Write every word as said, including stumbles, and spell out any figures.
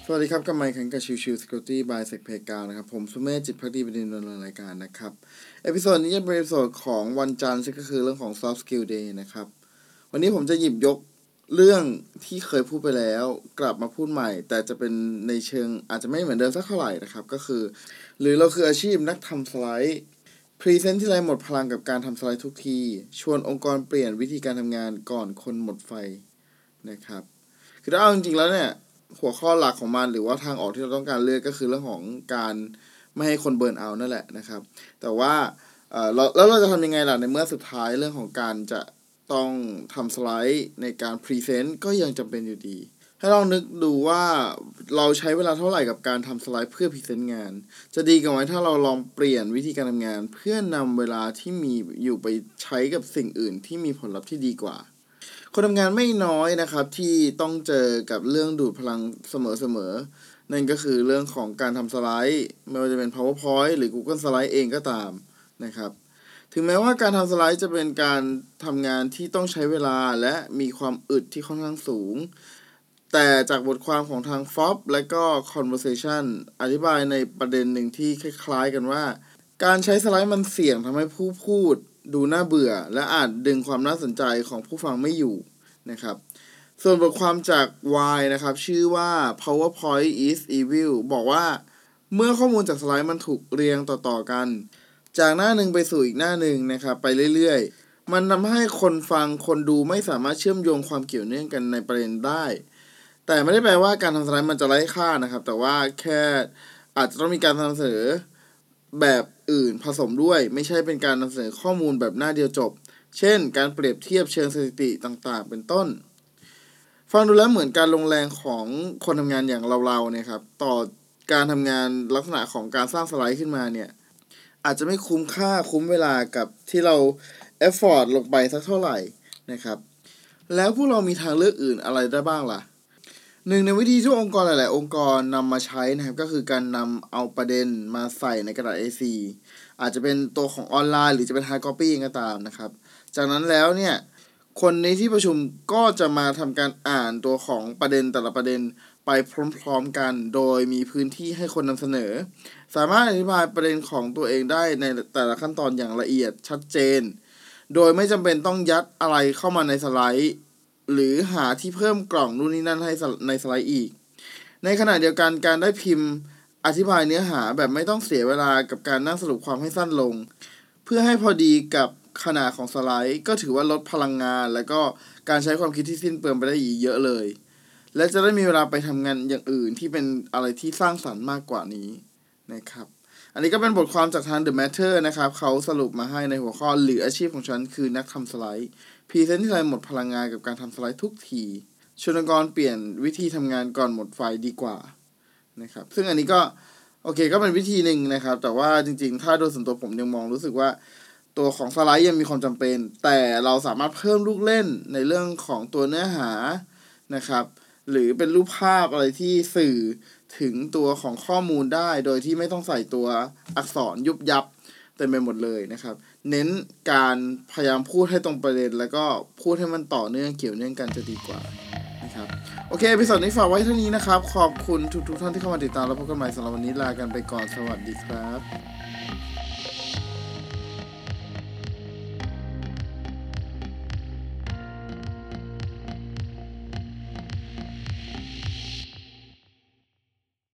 สวัสดีครับกับไมค์ขันกับชิวชิว Security by Sec p a y กานะครับผมสุเมธจิตภักดีเป็นดำเนินรายการนะครับเอพิโซดนี้จะเป็นเอพิโซดของวันจันทร์ซึ่งก็คือเรื่องของ Soft Skill Day นะครับวันนี้ผมจะหยิบยกเรื่องที่เคยพูดไปแล้วกลับมาพูดใหม่แต่จะเป็นในเชิงอาจจะไม่เหมือนเดิมสักเท่าไหร่นะครับก็คือหรือเราคืออาชีพนักทำสไลด์พรีเซนต์ที่ไรหมดพลังกับการทำสไลด์ทุกทีชวนองค์กรเปลี่ยนวิธีการทำงานก่อนคนหมดไฟนะครับคือถ้าเอาจริงๆแล้วเนี่ยหัวข้อหลักของมันหรือว่าทางออกที่เราต้องการเลือกก็คือเรื่องของการไม่ให้คนเบิร์นเอาท์นั่นแหละนะครับแต่ว่าเอ่อเราแล้วเราจะทำยังไงล่ะในเมื่อสุดท้ายเรื่องของการจะต้องทำสไลด์ในการพรีเซนต์ก็ยังจำเป็นอยู่ดีให้ลองนึกดูว่าเราใช้เวลาเท่าไหร่กับการทำสไลด์เพื่อพรีเซนต์งานจะดีกว่าไหมถ้าเราลองเปลี่ยนวิธีการทำงานเพื่อนำเวลาที่มีอยู่ไปใช้กับสิ่งอื่นที่มีผลลัพธ์ที่ดีกว่าคนทำงานไม่น้อยนะครับที่ต้องเจอกับเรื่องดูดพลังเสมอๆนั่นก็คือเรื่องของการทำสไลด์ไม่ว่าจะเป็น PowerPoint หรือ Google Slide เองก็ตามนะครับถึงแม้ว่าการทำสไลด์จะเป็นการทำงานที่ต้องใช้เวลาและมีความอึดที่ค่อนข้างสูงแต่จากบทความของทาง เอฟ โอ พี และก็ Conversation อธิบายในประเด็นหนึ่งที่คล้ายๆกันว่าการใช้สไลด์มันเสี่ยงทำให้ผู้พูดดูน่าเบื่อและอาจดึงความน่าสนใจของผู้ฟังไม่อยู่นะครับส่วนบทความจาก Y นะครับชื่อว่า PowerPoint is Evil บอกว่าเมื่อข้อมูลจากสไลด์มันถูกเรียงต่อๆกันจากหน้าหนึ่งไปสู่อีกหน้าหนึ่งนะครับไปเรื่อยๆมันทำให้คนฟังคนดูไม่สามารถเชื่อมโยงความเกี่ยวเนื่องกันในประเด็นได้แต่ไม่ได้แปลว่าการทำสไลด์มันจะไร้ค่านะครับแต่ว่าแค่อาจจะต้องมีการนำเสนอแบบอื่นผสมด้วยไม่ใช่เป็นการนำเสนอข้อมูลแบบหน้าเดียวจบเช่นการเปรียบเทียบเชิงสถิติต่างๆเป็นต้นฟังดูแล้วเหมือนการลงแรงของคนทำงานอย่างเราๆเนี่ยครับต่อการทำงานลักษณะของการสร้างสไลด์ขึ้นมาเนี่ยอาจจะไม่คุ้มค่าคุ้มเวลากับที่เราเอฟฟอร์ตลงไปสักเท่าไหร่นะครับแล้วพวกเรามีทางเลือกอื่นอะไรได้บ้างล่ะหนึ่งในวิธีที่องค์กรหลายๆองค์กรนำมาใช้นะครับก็คือการนำเอาประเด็นมาใส่ในกระดาษ เอ โฟร์ อาจจะเป็นตัวของออนไลน์หรือจะเป็น hard copy เองก็ตามนะครับจากนั้นแล้วเนี่ยคนในที่ประชุมก็จะมาทำการอ่านตัวของประเด็นแต่ละประเด็นไปพร้อมๆกันโดยมีพื้นที่ให้คนนำเสนอสามารถอธิบายประเด็นของตัวเองได้ในแต่ละขั้นตอนอย่างละเอียดชัดเจนโดยไม่จำเป็นต้องยัดอะไรเข้ามาในสไลด์หรือหาที่เพิ่มกล่องนู่นนี่นั่นให้ในสไลด์อีกในขณะเดียวกันการได้พิมพ์อธิบายเนื้อหาแบบไม่ต้องเสียเวลากับการนั่งสรุปความให้สั้นลงเพื่อให้พอดีกับขนาดของสไลด์ก็ถือว่าลดพลังงานและก็การใช้ความคิดที่สิ้นเปลืองไปได้อีกเยอะเลยและจะได้มีเวลาไปทำงานอย่างอื่นที่เป็นอะไรที่สร้างสรรค์มากกว่านี้นะครับอันนี้ก็เป็นบทความจากทาง The Matter นะครับเขาสรุปมาให้ในหัวข้อหรืออาชีพของฉันคือนักทำสไลด์พรีเซนต์ที่ไรหมดพลังงานกับการทำสไลด์ทุกทีชวนองค์กรเปลี่ยนวิธีทำงานก่อนหมดไฟดีกว่านะครับซึ่งอันนี้ก็โอเคก็เป็นวิธีหนึ่งนะครับแต่ว่าจริงๆถ้าโดยส่วนตัวผมยังมองรู้สึกว่าตัวของสไลด์ยังมีความจำเป็นแต่เราสามารถเพิ่มลูกเล่นในเรื่องของตัวเนื้อหานะครับหรือเป็นรูปภาพอะไรที่สื่อถึงตัวของข้อมูลได้โดยที่ไม่ต้องใส่ตัวอักษรยุบยับเต็มไปหมดเลยนะครับเน้นการพยายามพูดให้ตรงประเด็นแล้วก็พูดให้มันต่อเนื่องเกี่ยวเนื่องกันจะดีกว่านะครับโอเคเอพิโซดนี้ฝากไว้เท่านี้นะครับขอบคุณทุกๆท่านที่เข้ามาติดตามแล้วพบกันใหม่สำหรับวันนี้ลากันไปก่อนสวัสดีครับ